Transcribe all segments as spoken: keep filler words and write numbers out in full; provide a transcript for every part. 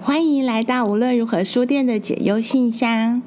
欢迎来到无论如河书店的解忧信箱。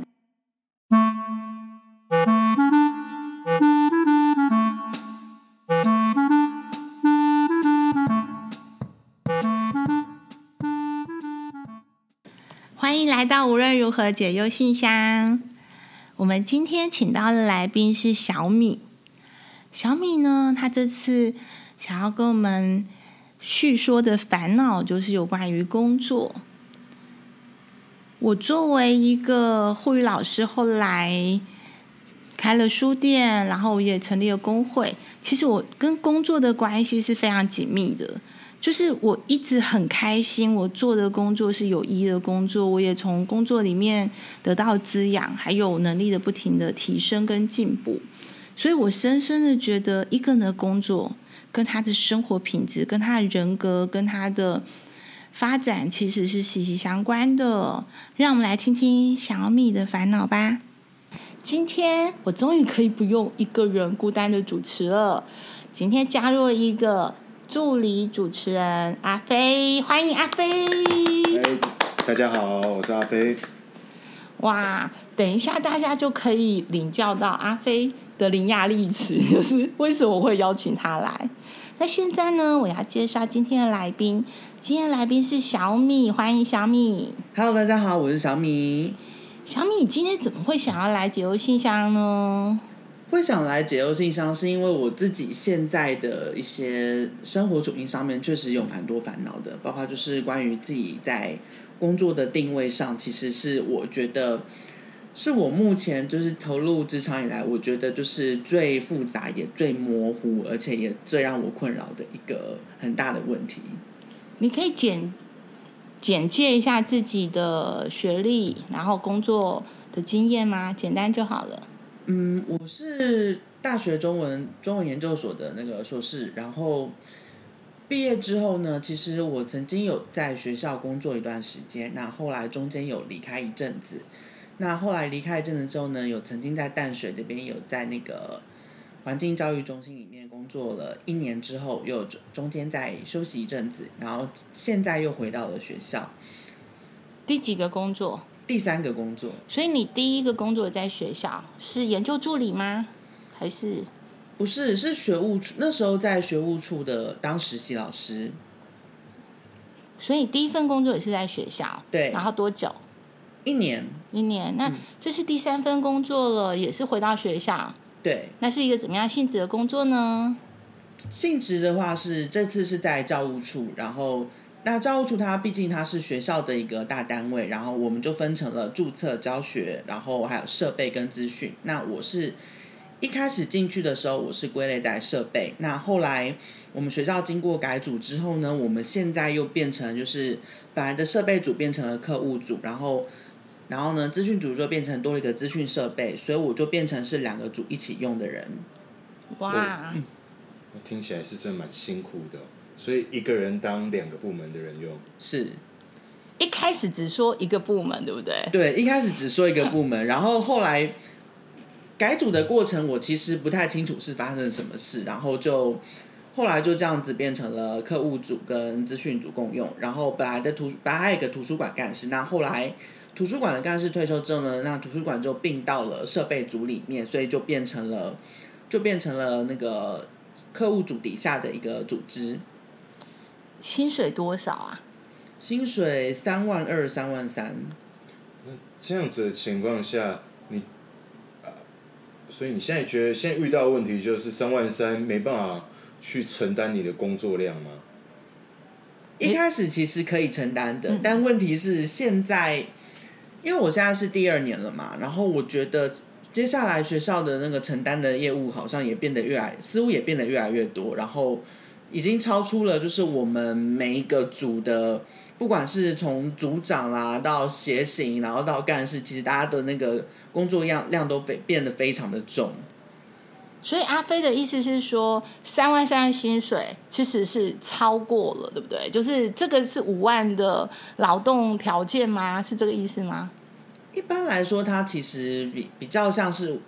欢迎来到无论如河解忧信箱。我们今天请到的来宾是小米。小米呢，他这次想要跟我们叙说的烦恼就是有关于工作。我作为一个护理老师，后来开了书店，然后也成立了工会。其实我跟工作的关系是非常紧密的，就是我一直很开心，我做的工作是有意义的工作，我也从工作里面得到滋养，还有能力的不停的提升跟进步。所以我深深的觉得，一个人的工作跟他的生活品质、跟他的人格、跟他的发展其实是息息相关的。让我们来听听小米的烦恼吧。今天我终于可以不用一个人孤单的主持了，今天加入了一个助理主持人阿飞，欢迎阿飞。 哎，大家好，我是阿飞。 哇，等一下大家就可以领教到阿飞的伶牙俐齿，就是为什么我会邀请他来。那现在呢，我要介绍今天的来宾。今天的来宾是小米，欢迎小米。 Hello， 大家好，我是小米。 小米，今天怎么会想要来解忧信箱呢？ 会想来解忧信箱，是因为我自己现在的一些生活处境上面确实有蛮多烦恼的，包括就是关于自己在工作的定位上，其实是我觉得是我目前就是投入职场以来，我觉得就是最复杂也最模糊，而且也最让我困扰的一个很大的问题。 你可以简简介一下自己的学历，然后工作的经验吗？简单就好了。 嗯，我是大学中文中文研究所的那个硕士，然后毕业之后呢，其实我曾经有在学校工作一段时间，那后来中间有离开一阵子，那后来离开一阵子之后呢，有曾经在淡水这边有在那个环境教育中心里面工作了一年之后，又中间再休息一阵子，然后现在又回到了学校。 第几个工作？ 第三个工作。 所以你第一个工作在学校是研究助理吗？还是？ 不是，是学务处，那时候在学务处的当实习老师。 所以你第一份工作也是在学校？ 对。 然后多久？ 一年。 一年，那这是第三份工作了，也是回到学校。 对。 那是一个怎么样性质的工作呢？ 性质的话是这次是在教务处，然后那教务处它毕竟它是学校的一个大单位，然后我们就分成了注册、教学，然后还有设备跟资讯。那我是一开始进去的时候，我是归类在设备。那后来我们学校经过改组之后呢，我们现在又变成就是本来的设备组变成了客户组，然后然后呢资讯组就变成多了一个资讯设备，所以我就变成是两个组一起用的人。 哇， 嗯，听起来是真的蛮辛苦的。所以一个人当两个部门的人用， 是一开始只说一个部门，对不对？ 对，一开始只说一个部门，然后后来改组的过程，我其实不太清楚是发生了什么事，然后就后来就这样子变成了客户组跟资讯组共用。然后本来的图，本来还有一个图书馆干事，那后来图书馆的干事退休之后呢，那图书馆就并到了设备组里面，所以就变成了就变成了那个客户组底下的一个组织。 薪水多少啊？ 薪水三万二、三万三。 那这样子的情况下，你，呃，所以你现在觉得现在遇到的问题就是三万三没办法去承担你的工作量吗？ 一开始其实可以承担的，嗯、但问题是现在，因为我现在是第二年了嘛，然后我觉得接下来学校的那个承担的业务好像也变得越来，似乎也变得越来越多，然后已经超出了就是我们每一个组的，不管是从组长啦到协行，然后到干事，其实大家的那个工作量量都变得非常的重。 所以阿飞的意思是说，三万三的薪水其实是超过了，对不对？就是这个是五万的劳动条件吗？是这个意思吗？ 一般来说，它其实比比较像是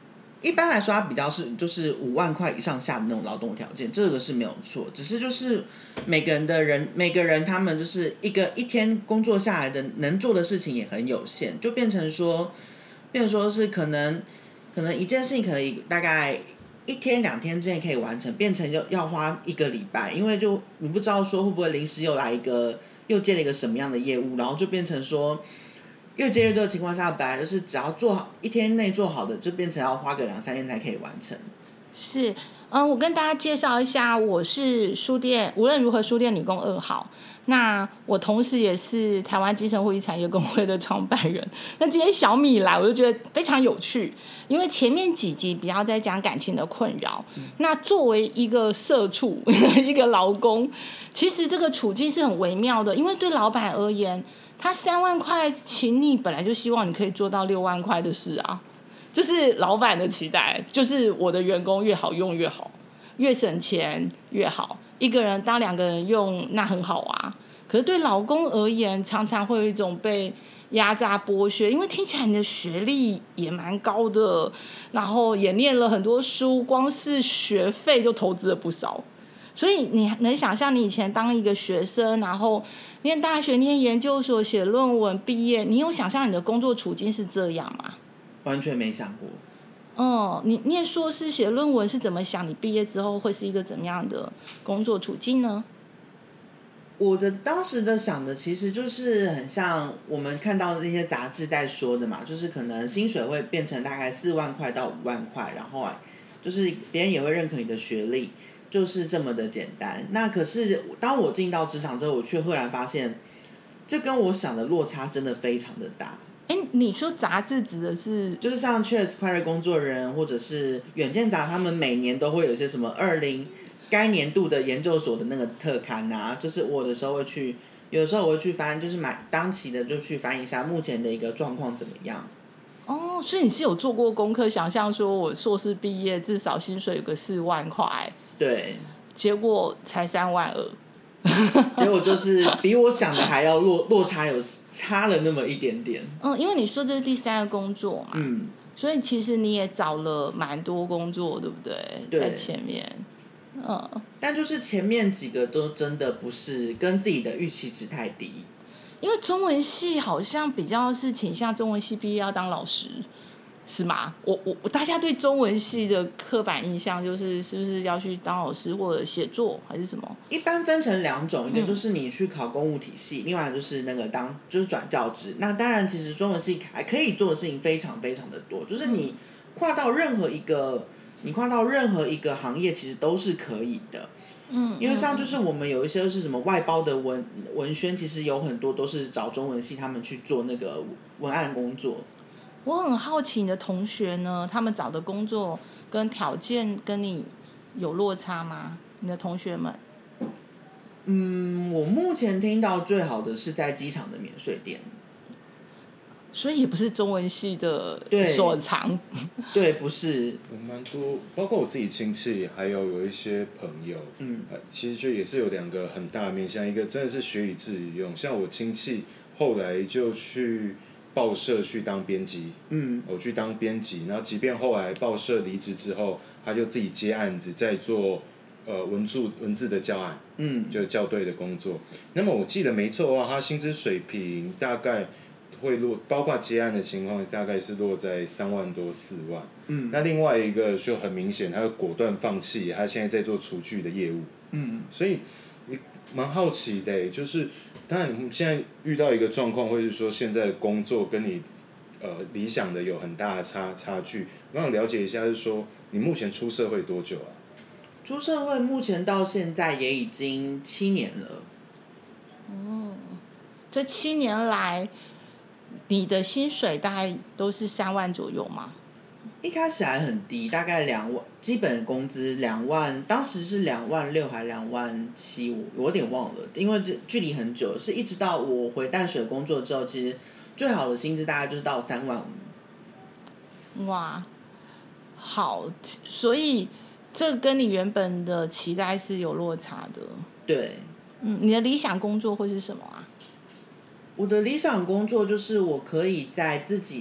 一般来说，它比较是就是五万块以上下的那种劳动条件，这个是没有错。只是就是每个人的人，每个人他们就是一个一天工作下来的能做的事情也很有限，就变成说，变成说是可能可能一件事情可能大概一天两天之内可以完成，变成要要花一个礼拜，因为就你不知道说会不会临时又来一个又接了一个什么样的业务，然后就变成说。越接越多的情况下，本来就是只要做好一天内做好的，就变成要花个两三天才可以完成。 是，嗯，我跟大家介绍一下，我是书店无论如何书店女工二号。那我同时也是台湾基层会议产业工会的创办人。那今天小米来，我就觉得非常有趣，因为前面几集比较在讲感情的困扰。嗯、那作为一个社畜，一个劳工，其实这个处境是很微妙的，因为对老板而言。他三万块请你，本来就希望你可以做到六万块的事啊，这是老板的期待，就是我的员工越好用越好，越省钱越好，一个人当两个人用那很好啊。可是对劳工而言，常常会有一种被压榨剥削，因为听起来你的学历也蛮高的，然后也念了很多书，光是学费就投资了不少。所以你能想象你以前当一个学生，然后念大学、念研究所、写论文、毕业，你有想象你的工作处境是这样吗？ 完全没想过。 哦，你念硕士、写论文是怎么想？你毕业之后会是一个怎么样的工作处境呢？ 我的当时的想的其实就是很像我们看到的那些杂志在说的嘛，就是可能薪水会变成大概四万块到五万块，然后啊，就是别人也会认可你的学历。就是这么的简单。那可是当我进到职场之后，我却赫然发现，这跟我想的落差真的非常的大。 哎，你说杂志指的是， 就是像 Cheers 快乐工作人或者是远见杂，他们每年都会有一些什么二零该年度的研究所的那个特刊啊，就是我的时候会去，有的时候我会去翻，就是买当期的就去翻一下目前的一个状况怎么样。 哦，所以你是有做过功课，想象说我硕士毕业至少薪水有个四万块。 对， 结果才三万二， 结果就是比我想的还要落落差有差了那么一点点。 嗯，因为你说这是第三个工作嘛，嗯，所以其实你也找了蛮多工作，对不对？ 对， 在前面，嗯， 但就是前面几个都真的不是跟自己的预期值太低， 因为中文系好像比较是倾向中文系毕业要当老师。是吗？我我大家对中文系的刻板印象就是是不是要去当老师或者写作还是什么？ 一般分成两种，一个就是你去考公务体系，嗯、另外就是那个当就是转教职。那当然，其实中文系还可以做的事情非常非常的多，就是你跨到任何一个你跨到任何一个行业，其实都是可以的。嗯，因为像就是我们有一些是什么外包的文文宣，其实有很多都是找中文系他们去做那个文案工作。 我很好奇你的同学呢，他们找的工作跟条件跟你有落差吗？你的同学们？ 嗯，我目前听到最好的是在机场的免税店， 所以也不是中文系的所长。 对，对不是。 我蛮多，包括我自己亲戚，还有有一些朋友，嗯，其实就也是有两个很大的面向，一个真的是学以致用，像我亲戚后来就去。报社去当编辑，嗯，我去当编辑，然后即便后来报社离职之后，他就自己接案子，在做呃文字文字的教案，嗯，就校对的工作。那么我记得没错的话，他薪资水平大概会落，包括接案的情况，大概是落在三万多四万。嗯，那另外一个就很明显，他会果断放弃，他现在在做厨具的业务。嗯，所以你蛮好奇的，就是。当然，你现在遇到一个状况，或是说现在的工作跟你呃理想的有很大的差差距，我想了解一下，是说你目前出社会多久啊？ 出社会目前到现在也已经七年了。 哦，这七年来，你的薪水大概都是三万左右吗？ 一开始还很低，大概两万，基本工资两万，当时是两万六还两万七，我我有点忘了，因为距离很久，是一直到我回淡水工作之后，其实最好的薪资大概就是到三万五。 哇，好，所以这跟你原本的期待是有落差的。 对， 嗯，你的理想工作会是什么啊？ 我的理想工作就是我可以在自己。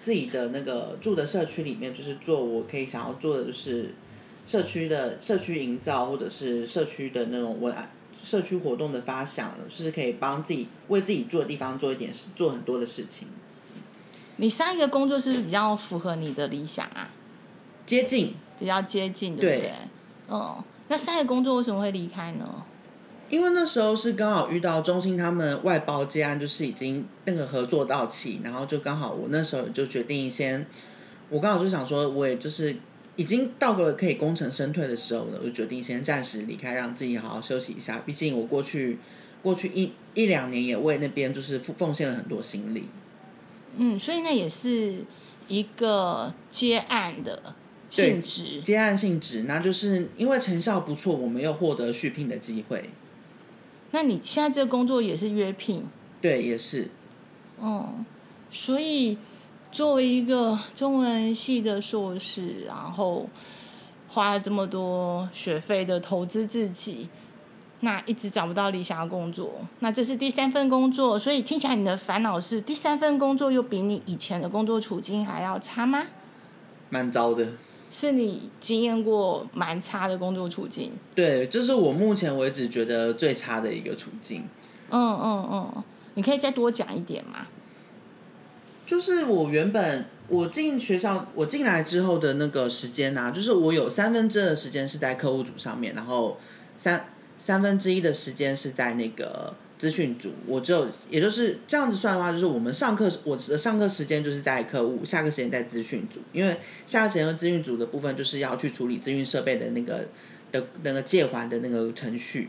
自己的那个住的社区里面，就是做我可以想要做的，就是社区的社区营造，或者是社区的那种文案、社区活动的发想，就是可以帮自己为自己住的地方做一点事，做很多的事情。 你上一个工作是不是比较符合你的理想啊？ 接近， 比较接近，对不对？ 对。 哦，那上一个工作为什么会离开呢？ 因为那时候是刚好遇到中心他们外包接案，就是已经那个合作到期，然后就刚好我那时候就决定先，我刚好就想说，我也就是已经到了可以功成身退的时候了，我就决定先暂时离开，让自己好好休息一下。毕竟我过去过去一一两年也为那边就是奉献了很多心力。 嗯，所以那也是一个接案的性质， 接案性质，那就是因为成效不错，我们又获得续聘的机会。 那你现在这个工作也是约聘？ 对，也是。 嗯，所以作为一个中文系的硕士，然后花了这么多学费的投资自己，那一直找不到理想的工作，那这是第三份工作，所以听起来你的烦恼是第三份工作又比你以前的工作处境还要差吗？ 蛮糟的。 是你经验过蛮差的工作处境？ 对，这是我目前为止觉得最差的一个处境。 嗯嗯嗯，你可以再多讲一点吗？ 就是我原本我进学校，我进来之后的那个时间啊，就是我有三分之二的时间是在客户组上面，然后三三分之一的时间是在那个资讯组。我只有，也就是这样子算的话，就是我们上课，我的上课时间就是在客户，下课时间在资讯组。因为下课时间和资讯组的部分就是要去处理资讯设备的那个的那个借还的那个程序。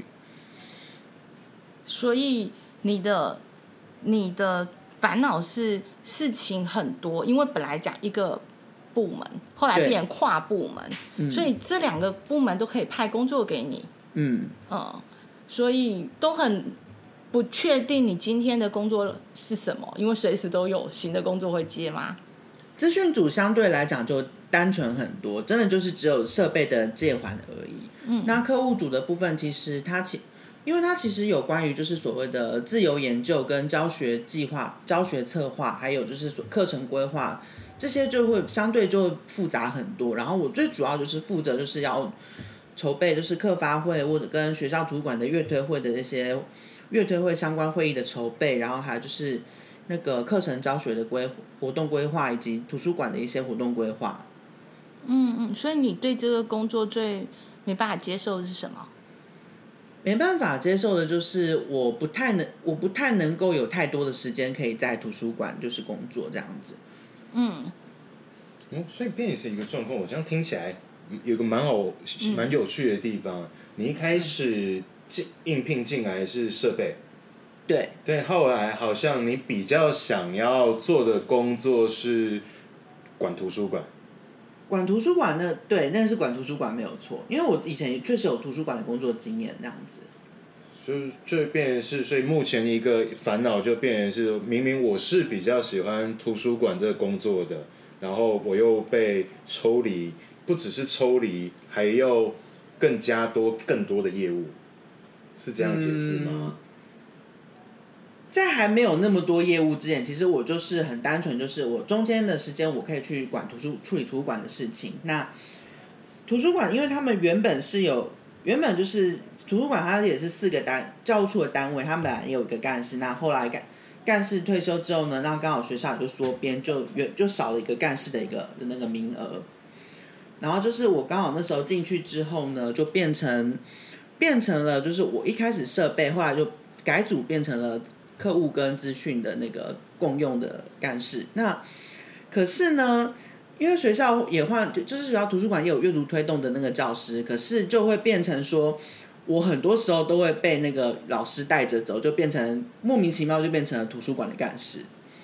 所以你的你的烦恼是事情很多，因为本来讲一个部门，后来变跨部门，嗯、所以这两个部门都可以派工作给你。嗯嗯，所以都很不确定你今天的工作是什么，因为随时都有新的工作会接吗？ 资讯组相对来讲就单纯很多，真的就是只有设备的借还而已。嗯，那客户组的部分其实它其因为它其实有关于就是所谓的自由研究跟教学计划、教学策划，还有就是课程规划，这些就会相对就会复杂很多。然后我最主要就是负责就是要筹备就是课发会或者跟学校图书馆的月推会的那些月推会相关会议的筹备，然后还有就是那个课程教学的规活动规划以及图书馆的一些活动规划。 嗯嗯，所以你对这个工作最没办法接受的是什么？ 没办法接受的就是我不太能，我不太能够有太多的时间可以在图书馆就是工作这样子。 嗯， 嗯，所以变成是一个状况。我这样听起来有个蛮好、蛮有趣的地方。嗯、你一开始进应聘进来是设备， 对对，后来好像你比较想要做的工作是管图书馆。 管图书馆那对，那是管图书馆没有错，因为我以前确实有图书馆的工作经验，那样子。 所以就变成是，所以目前一个烦恼就变成是，明明我是比较喜欢图书馆这个工作的，然后我又被抽离，不只是抽离，还要更加多更多的业务，是这样解释吗？嗯， 在还没有那么多业务之前，其实我就是很单纯，就是我中间的时间我可以去管图书处理图书馆的事情。那图书馆因为他们原本是有原本就是图书馆，它也是四个单教务处的单位，他们本来也有一个干事。那后来干干事退休之后呢，那刚好学校也就缩编，就原就少了一个干事的一个的那个名额。然后就是我刚好那时候进去之后呢，就变成变成了就是我一开始设备，后来就改组变成了客户跟资讯的那个共用的干事。那可是呢，因为学校也换，就是学校图书馆也有阅读推动的那个教师，可是就会变成说，我很多时候都会被那个老师带着走，就变成莫名其妙就变成了图书馆的干事。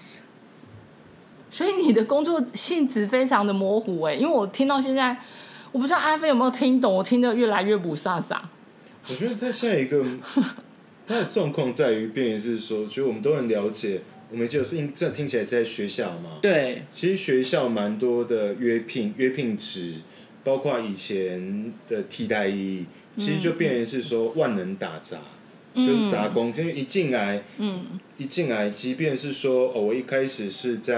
所以你的工作性质非常的模糊哎、欸，因为我听到现在，我不知道阿飞有没有听懂，我听得越来越不飒飒。 我觉得在现在一个。它的状况在于，变成是说，觉得我们都很了解，我们就是这听起来是在学校嘛。对，其实学校蛮多的约聘、约聘制，包括以前的替代役，其实就变成是说万能打杂，嗯、就是杂工，因为一进来，嗯，一进来，即便是说哦，我一开始是在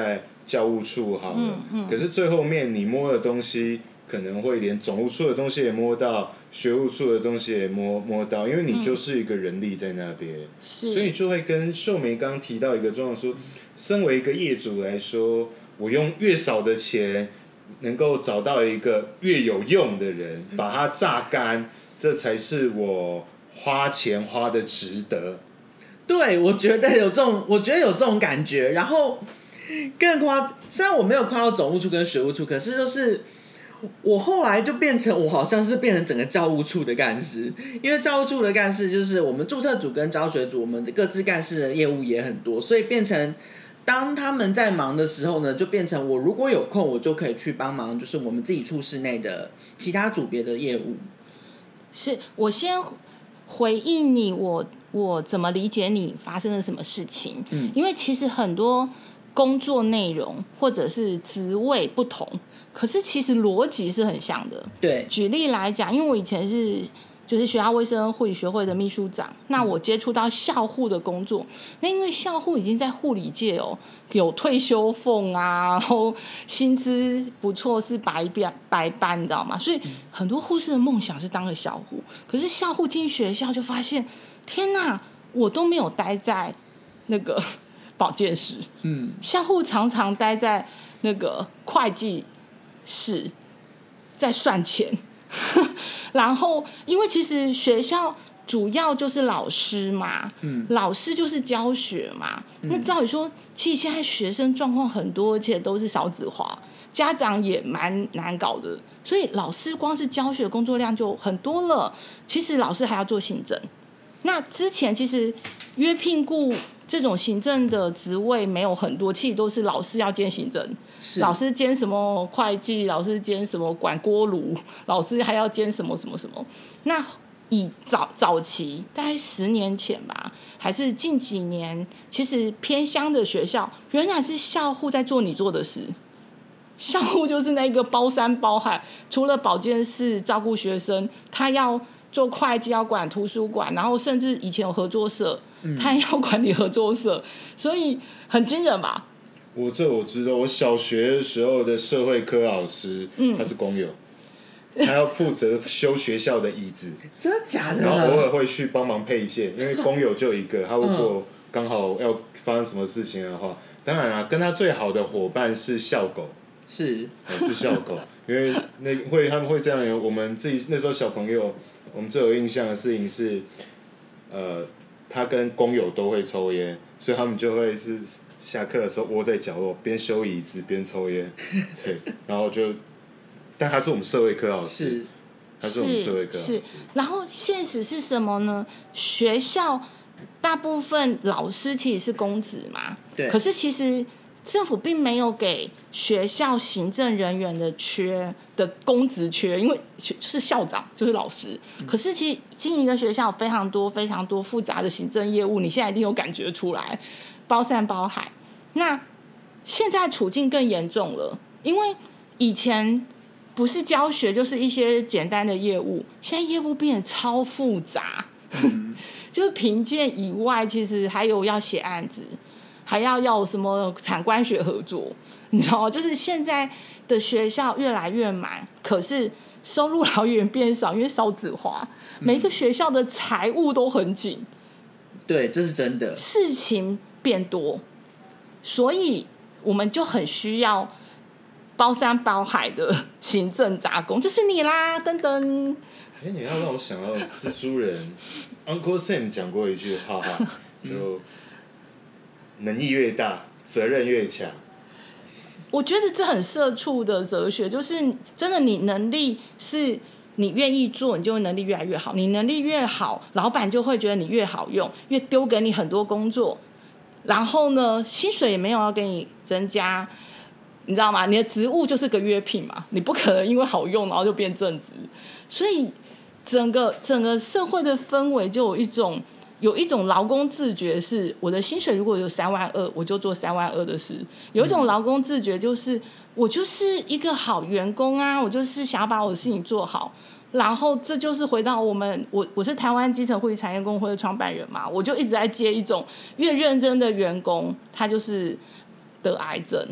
教务处好了， 嗯嗯、 可是最后面你摸的东西可能会连总务处的东西也摸到，学务处的东西也摸摸到，因为你就是一个人力在那边，嗯、所以就会跟秀梅刚刚提到一个状况说，身为一个业主来说，我用越少的钱能够找到一个越有用的人，把它榨干，这才是我花钱花的值得。 对，我觉得有这种，我觉得有这种感觉。然后更夸，虽然我没有夸到总务处跟学务处，可是就是我后来就变成我好像是变成整个教务处的干事，因为教务处的干事就是我们注册组跟教学组，我们的各自干事的业务也很多，所以变成当他们在忙的时候呢，就变成我如果有空，我就可以去帮忙，就是我们自己处室内的其他组别的业务。 是我先回应你，我我怎么理解你发生了什么事情？嗯，因为其实很多工作内容或者是职位不同，可是其实逻辑是很像的。 对， 举例来讲，因为我以前是就是学校卫生护理学会的秘书长，那我接触到校护的工作，那因为校护已经在护理界哦有退休俸啊，然后薪资不错，是白白班，你知道吗？所以很多护士的梦想是当个校护，可是校护进学校就发现，天哪，我都没有待在那个保健室，嗯，校护常常待在那个会计室，在算钱。然后因为其实学校主要就是老师嘛，嗯，老师就是教学嘛，嗯、那照理说其实现在学生状况很多，而且都是少子化，家长也蛮难搞的，所以老师光是教学工作量就很多了，其实老师还要做行政。那之前其实约聘雇这种行政的职位没有很多，其实都是老师要兼行政，老师兼什么会计，老师兼什么管锅炉，老师还要兼什么什么什么。那以早早期大概十年前吧，还是近几年，其实偏乡的学校仍然是校护在做你做的事。校护就是那个包山包海，除了保健室照顾学生，他要做会计，要管图书馆，然后甚至以前有合作社，嗯、他要管理合作社，所以很惊人吧？ 我这我知道，我小学的时候的社会科老师，嗯、他是工友，他要负责修学校的椅子， 真的假的？ 然后偶尔会去帮忙配件，因为工友就一个，他如果刚好要发生什么事情的话，当然啊，跟他最好的伙伴是校狗。 是， 是校狗，因为那会他们会这样。我们自己那时候小朋友，我们最有印象的事情是，呃，他跟工友都会抽烟，所以他们就会是下课的时候窝在角落，边修椅子边抽烟。对，然后就，但他是我们社会科老师， 是， 他是我们社会科老师。 是，然后现实是什么呢？学校大部分老师其实是公职嘛， 对， 可是其实政府并没有给学校行政人员的缺的公职缺，因为就是校长就是老师。嗯、可是其实经营一个学校有非常多非常多复杂的行政业务，你现在一定有感觉出来，包山包海。那现在处境更严重了，因为以前不是教学就是一些简单的业务，现在业务变得超复杂。嗯、就是评鉴以外，其实还有要写案子。还要要什么产官学合作，你知道吗？就是现在的学校越来越满，可是收入来源变少，因为少子化，每一个学校的财务都很紧。 对，这是真的。 事情变多，所以我们就很需要包山包海的行政杂工，就是你啦，等等。 哎，你要让我想到蜘蛛人，Uncle Sam 讲过一句话哈，就。能力越大，责任越强。 我觉得这很社畜的哲学，就是真的，你能力是你愿意做，你就会能力越来越好。你能力越好，老板就会觉得你越好用，越丢给你很多工作，然后呢，薪水也没有要给你增加，你知道吗？你的职务就是个约聘嘛，你不可能因为好用然后就变正职，所以整个整个社会的氛围就有一种。有一种劳工自觉是，我的薪水如果有三万二，我就做三万二的事。有一种劳工自觉就是，我就是一个好员工啊，我就是想要把我的事情做好。然后这就是回到我们，我我是台湾基层护理产业工会的创办人嘛，我就一直在接一种越认真的员工，他就是得癌症、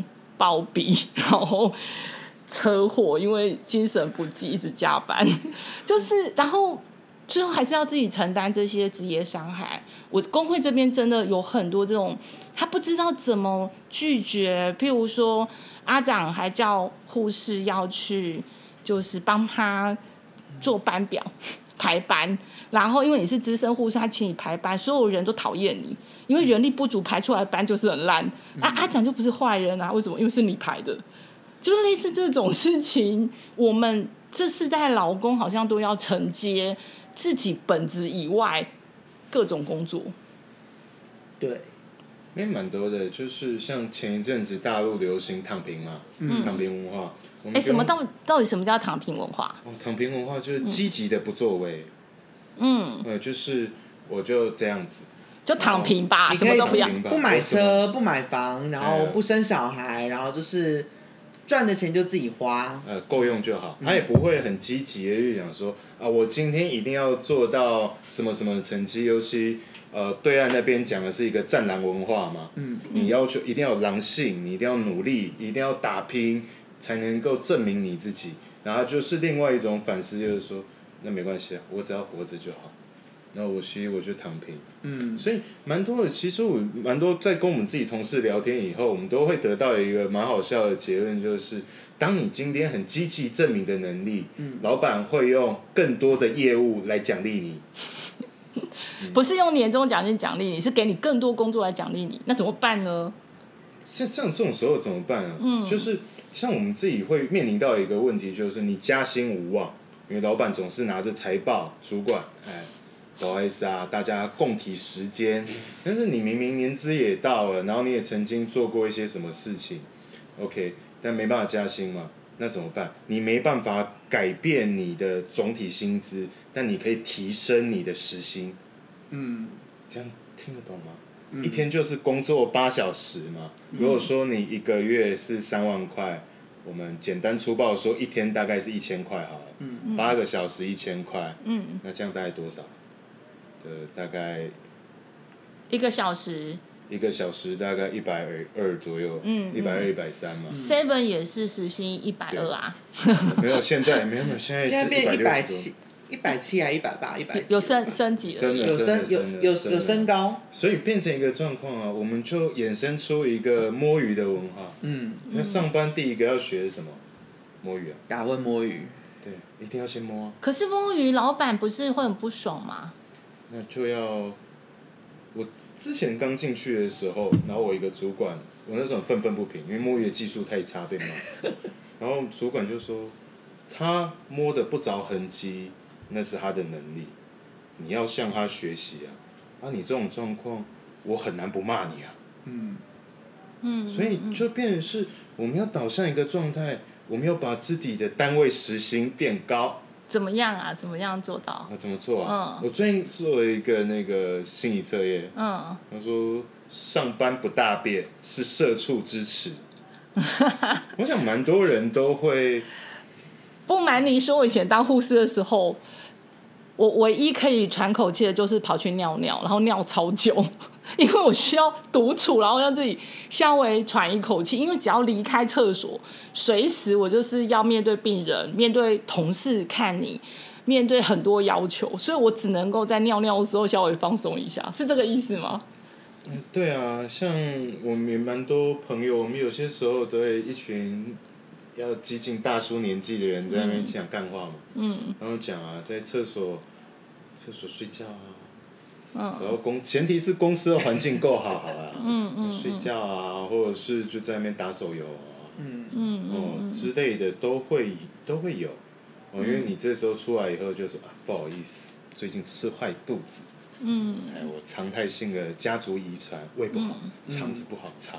暴毙，然后车祸，因为精神不济一直加班，就是然后最后还是要自己承担这些职业伤害。我工会这边真的有很多这种，他不知道怎么拒绝，譬如说阿长还叫护士要去，就是帮他做班表排班，然后因为你是资深护士，他请你排班，所有人都讨厌你，因为人力不足，排出来的班就是很烂。啊，阿长就不是坏人啊，为什么？因为是你排的，就类似这种事情，我们这世代劳工好像都要承接自己本职以外各种工作。 对， 也蛮多的，就是像前一阵子大陆流行躺平嘛，嗯、躺平文化。 哎，什么到到底什么叫躺平文化？ 哦，躺平文化就是积极的不作为。嗯，呃，就是我就这样子， 就躺平吧， 你什么都不要， 不买车，不买房，然后不生小孩，然后就是赚的钱就自己花， 呃，够用就好。他也不会很积极的去讲说啊，我今天一定要做到什么什么的成绩，尤其。呃，对岸那边讲的是一个战狼文化嘛，嗯，你要求一定要有狼性，你一定要努力，一定要打拼，才能够证明你自己。然后就是另外一种反思，就是说，那没关系啊，我只要活着就好。然后我其实我就躺平，嗯，所以蛮多的，其实我蛮多在跟我们自己同事聊天以后，我们都会得到一个蛮好笑的结论，就是当你今天很积极证明的能力，嗯，老板会用更多的业务来奖励你。 不是用年终奖金奖励你，是给你更多工作来奖励你，那怎么办呢？ 像这样这种时候怎么办啊？嗯，就是像我们自己会面临到一个问题，就是你加薪无望，因为老板总是拿着财报，主管，哎，不好意思啊，大家共体时间，但是你明明年资也到了，然后你也曾经做过一些什么事情 ，OK， 但没办法加薪嘛，那怎么办？你没办法改变你的总体薪资，但你可以提升你的时薪。嗯，这样听得懂吗？嗯、一天就是工作八小时嘛。如果说你一个月是三万块，我们简单粗暴说，一天大概是一千块好了。嗯，八个小时一千块。嗯，那这样大概多少？这大概一个小时。 一个小时大概一百二左右，嗯，一百二、一百三嘛。 Seven 也是时薪一百二啊。 没有，现在没有，没有，现在是一百六十多。 一百七啊，一百八，一百有升升级了， 有升有有有升高， 所以变成一个状况啊，我们就衍生出一个摸鱼的文化。嗯，那上班第一个要学什么？摸鱼啊， 打问摸鱼。 对，一定要先摸啊。 可是摸鱼，老板不是会很不爽吗？ 那就要，我之前刚进去的时候，然后我一个主管，我那时候愤愤不平，因为摸鱼的技术太差被骂，然后主管就说，他摸得不着痕迹。那是他的能力，你要向他学习啊！啊，你这种状况，我很难不骂你啊。嗯，嗯，所以就变成是我们要导向一个状态，我们要把自己的单位时薪变高。 怎么样啊？怎么样做到？ 啊，怎么做啊？嗯、我最近做了一个那个心理测验，嗯，他说上班不大便是社畜之耻。我想蛮多人都会。 不瞒您说，我以前当护士的时候，我唯一可以喘口气的就是跑去尿尿，然后尿超久，因为我需要独处，然后让自己稍微喘一口气。因为只要离开厕所，随时我就是要面对病人，面对同事看你，面对很多要求，所以我只能够在尿尿的时候稍微放松一下，是这个意思吗？ 嗯，对啊，像我们也蛮多朋友，我们有些时候都会一群。要接近大叔年纪的人在那边讲干话嘛，嗯，然后讲啊，在厕所，厕所睡觉啊，嗯，只要公前提是公司的环境够好，好啊，嗯嗯，睡觉啊，或者是就在那边打手游啊，嗯嗯哦之类的都会都会有，哦，因为你这时候出来以后就是啊，不好意思，最近吃坏肚子。嗯，哎，我常态性的家族遗传，胃不好，肠子不好，肠，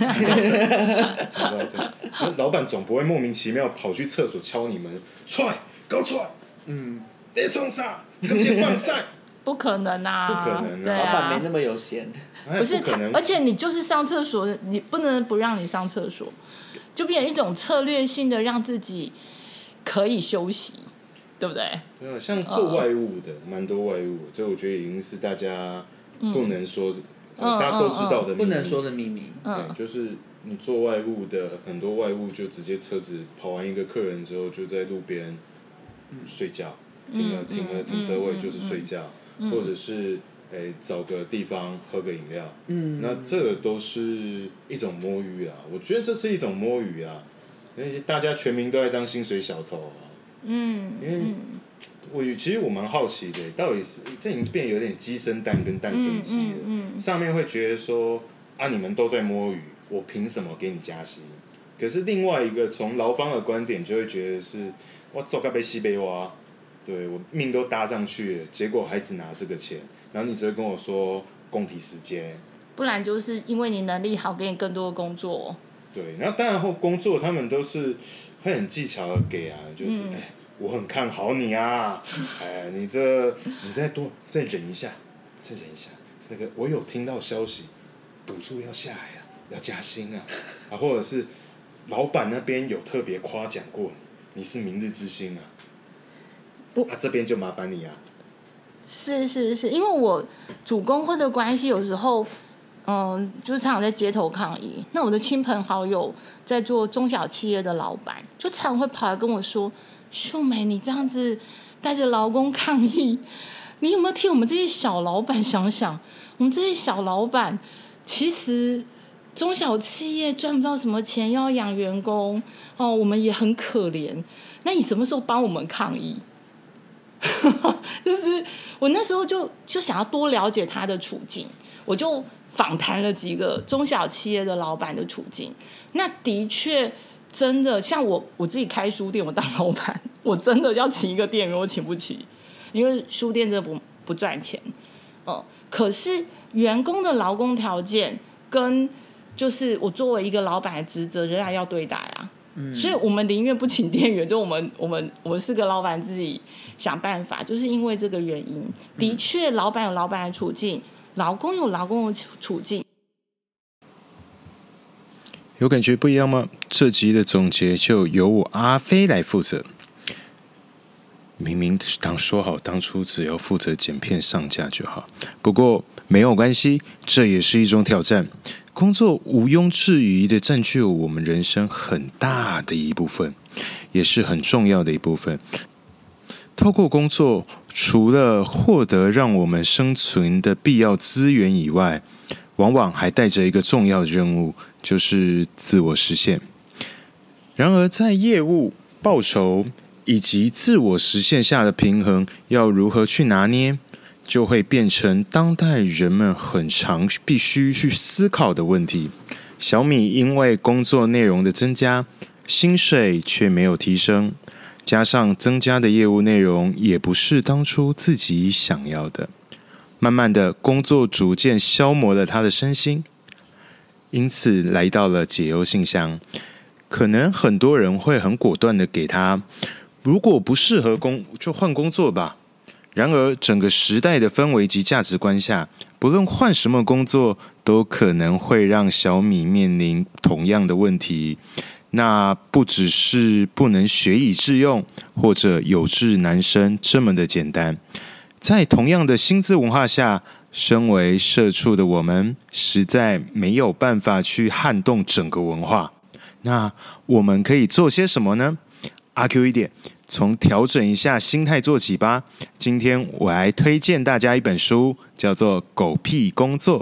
肠道症。老板总不会莫名其妙跑去厕所敲你们，出来，搞出来，嗯，别冲啥，赶紧放晒。 不可能啊！ 不可能啊！ 老板没那么有闲。 不是他，而且你就是上厕所，你不能不让你上厕所，就变成一种策略性的让自己可以休息。对不对？ 没有，像做外务的，蛮、uh, 多外务，这我觉得已经是大家不能说， 呃、大家都知道的秘密， 不能说的秘密。 对，就是你做外务的，很多外务就直接车子跑完一个客人之后，就在路边睡觉，停了停了停车位就是睡觉，或者是诶找个地方喝个饮料。嗯，那这个都是一种摸鱼啊，我觉得这是一种摸鱼啊。那些大家全民都在当薪水小偷啊。嗯，因为我其实我蛮好奇的，到底是这已经变有点鸡生蛋跟蛋生鸡了。嗯嗯嗯、上面会觉得说啊，你们都在摸鱼，我凭什么给你加薪？可是另外一个从劳方的观点就会觉得是，我做到被西北挖，对我命都搭上去了，结果还只拿这个钱，然后你只会跟我说工体时间， 不然就是因为你能力好，给你更多的工作。 对，然后当然后工作他们都是会很技巧的给啊，就是哎、嗯欸，我很看好你啊，哎，你这你再多再忍一下，再忍一下，那个我有听到消息，补助要下来啊，要加薪啊，啊，或者是老板那边有特别夸奖过你，你是明日之星啊，啊这边就麻烦你啊。 是是是，因为我主工会的关系，有时候。嗯，就是常常在街头抗议。那我的亲朋好友在做中小企业的老板，就常会跑来跟我说：“秀美，你这样子带着劳工抗议，你有没有替我们这些小老板想想？我们这些小老板其实中小企业赚不到什么钱，要养员工哦，我们也很可怜。那你什么时候帮我们抗议？”就是我那时候就就想要多了解他的处境，我就。访谈了几个中小企业的老板的处境，那的确真的像我我自己开书店，我当老板，我真的要请一个店员，我请不起，因为书店真的不不赚钱。嗯，可是员工的劳工条件跟就是我作为一个老板的职责，仍然要对待啊。嗯，所以我们宁愿不请店员，就我们我们我们四个老板自己想办法，就是因为这个原因，的确老板有老板的处境。劳工有劳工的处境， 有感觉不一样吗？这集的总结就由我阿飞来负责。明明当说好当初只要负责剪片上架就好，不过没有关系，这也是一种挑战。工作毋庸置疑的占据我们人生很大的一部分，也是很重要的一部分。透过工作，除了获得让我们生存的必要资源以外，往往还带着一个重要的任务，就是自我实现。然而，在业务、报酬以及自我实现下的平衡，要如何去拿捏，就会变成当代人们很常必须去思考的问题。小米因为工作内容的增加，薪水却没有提升。加上增加的业务内容也不是当初自己想要的，慢慢的工作逐渐消磨了他的身心，因此来到了解忧信箱。可能很多人会很果断的给他，如果不适合工就换工作吧。然而整个时代的氛围及价值观下，不论换什么工作，都可能会让小米面临同样的问题。那不只是不能学以致用，或者有志难伸这么的简单。在同样的薪资文化下，身为社畜的我们，实在没有办法去撼动整个文化。那我们可以做些什么呢？阿 Q 一点，从调整一下心态做起吧。今天我来推荐大家一本书，叫做《狗屁工作》。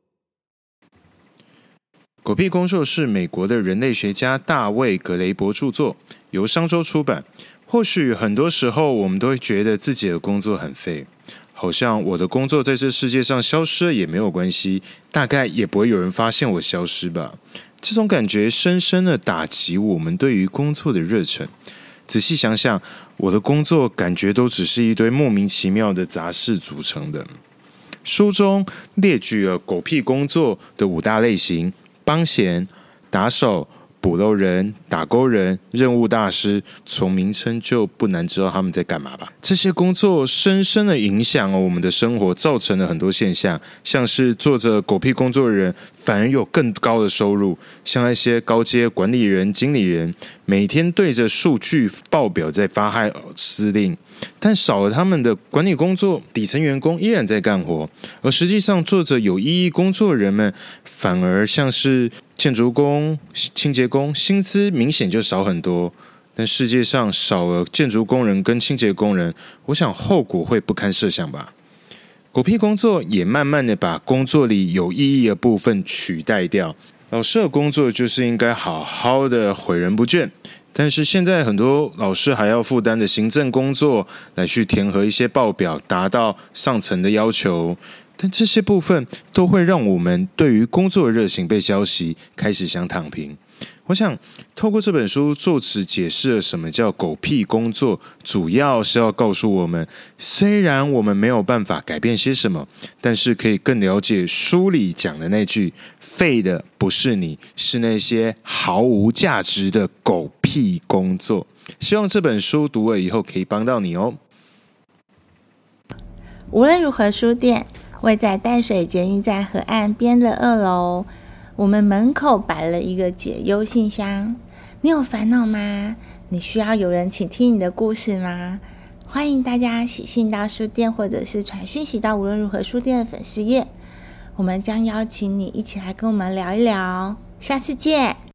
狗屁工作是美国的人类学家大卫·格雷伯著作，由商周出版。或许很多时候我们都会觉得自己的工作很废，好像我的工作在这世界上消失了也没有关系，大概也不会有人发现我消失吧。这种感觉深深的打击我们对于工作的热忱。仔细想想，我的工作感觉都只是一堆莫名其妙的杂事组成的。书中列举了狗屁工作的五大类型：帮闲、打手、 捕漏人、打勾人、任务大师，从名称就不难知道他们在干嘛吧。这些工作深深的影响了我们的生活，造成了很多现象，像是做着狗屁工作的人反而有更高的收入，像那些高阶管理人、经理人，每天对着数据报表在发号施令，但少了他们的管理工作，底层员工依然在干活，而实际上做着有意义工作的人们，反而像是建筑工、清洁工，薪资明显就少很多。但世界上少了建筑工人跟清洁工人，我想后果会不堪设想吧。狗屁工作也慢慢的把工作里有意义的部分取代掉。老师的工作就是应该好好的诲人不倦，但是现在很多老师还要负担的行政工作来去填合一些报表，达到上层的要求，但这些部分都会让我们对于工作的热情被浇熄，开始想躺平。我想透过这本书，作者解释了什么叫狗屁工作，主要是要告诉我们，虽然我们没有办法改变些什么，但是可以更了解书里讲的那句，废的不是你，是那些毫无价值的狗屁工作。希望这本书读了以后可以帮到你哦。 无论如何书店位在淡水捷运站河岸边的二楼，我们门口摆了一个解忧信箱。你有烦恼吗？你需要有人倾听你的故事吗？欢迎大家写信到书店，或者是传讯息到无论如何书店的粉丝页，我们将邀请你一起来跟我们聊一聊。下次见。